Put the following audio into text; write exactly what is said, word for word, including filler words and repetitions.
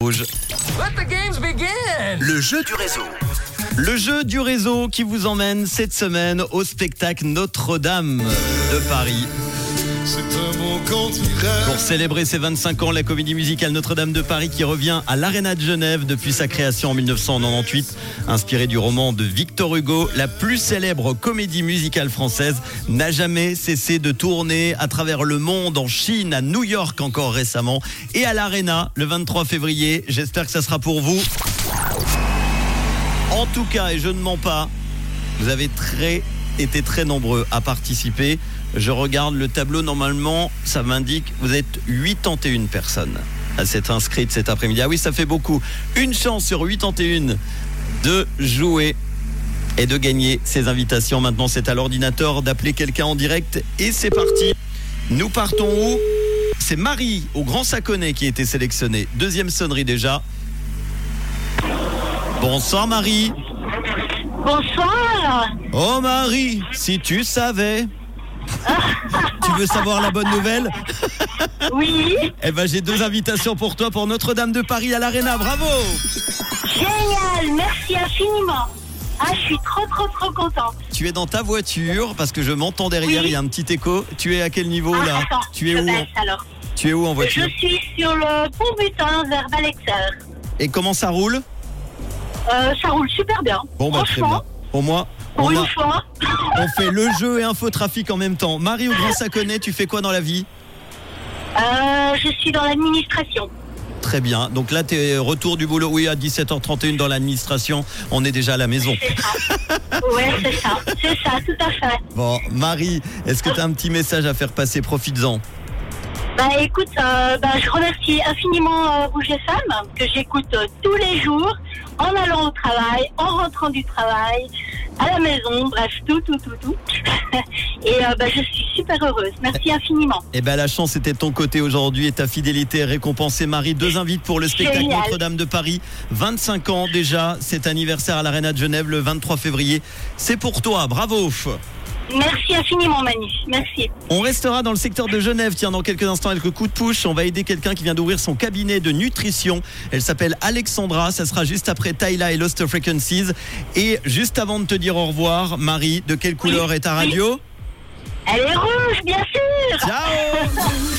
Rouge. Let the games begin. Le jeu du réseau. Le jeu du réseau qui vous emmène cette semaine au spectacle Notre-Dame de Paris. C'est un bon candidat. Pour célébrer ses vingt-cinq ans, la comédie musicale Notre-Dame de Paris qui revient à l'Arena de Genève depuis sa création en mille neuf cent quatre-vingt-dix-huit. Inspirée du roman de Victor Hugo, la plus célèbre comédie musicale française n'a jamais cessé de tourner à travers le monde, en Chine, à New York encore récemment et à l'Arena le vingt-trois février. J'espère que ça sera pour vous. En tout cas, et je ne mens pas, vous avez très, été très nombreux à participer. Je regarde le tableau, normalement, ça m'indique vous êtes quatre-vingt-et une personnes à s'être inscrites cet après-midi. Ah oui, ça fait beaucoup. Une chance sur quatre-vingt-et une de jouer et de gagner ces invitations. Maintenant, c'est à l'ordinateur d'appeler quelqu'un en direct et c'est parti. Nous partons où ? C'est Marie au Grand Saconnet qui a été sélectionnée. Deuxième sonnerie déjà. Bonsoir Marie. Bonsoir. Oh Marie, si tu savais. Tu veux savoir la bonne nouvelle ? Oui. Eh ben j'ai deux invitations pour toi pour Notre-Dame de Paris à l'Arena. Bravo. Génial, merci infiniment. Ah, je suis trop trop trop contente. Tu es dans ta voiture parce que je m'entends derrière, Oui. il y a un petit écho. Tu es à quel niveau Ah, là ? attends, Tu es je où baisse alors. Tu es où en voiture ? Je suis sur le pont Butin vers Valexeur. Et comment ça roule ? Euh, ça roule super bien. Bon bah très bien. Franchement, Pour moi, pour on, une a- fois. on fait le jeu et infotrafic en même temps. Marie au Grand Saconnet, tu fais quoi dans la vie ? Euh, je suis dans l'administration. Très bien. Donc là, tu es retour du boulot. Oui, à dix-sept heures trente et une dans l'administration. On est déjà à la maison. C'est ça. Ouais, c'est ça. C'est ça, tout à fait. Bon, Marie, est-ce que tu as un petit message à faire passer ? Profites-en. Bah écoute, euh, bah, je remercie infiniment euh, Rouge F M que j'écoute euh, tous les jours en allant au travail, en rentrant du travail, à la maison, bref, tout, tout, tout, tout. Et euh, bah, je suis super heureuse. Merci infiniment. Eh ben, la chance était de ton côté aujourd'hui et ta fidélité est récompensée. Marie, deux invites pour le spectacle Génial. Notre-Dame de Paris. vingt-cinq ans déjà, cet anniversaire à l'Arena de Genève le vingt-trois février. C'est pour toi, bravo. Merci infiniment Manu, merci. On restera dans le secteur de Genève, tiens, dans quelques instants avec le coup de push. On va aider quelqu'un qui vient d'ouvrir son cabinet de nutrition. Elle s'appelle Alexandra, ça sera juste après Tyla et Lost Frequencies. Et juste avant de te dire au revoir, Marie, de quelle couleur Oui. est ta radio ? Elle est rouge, bien sûr. Ciao.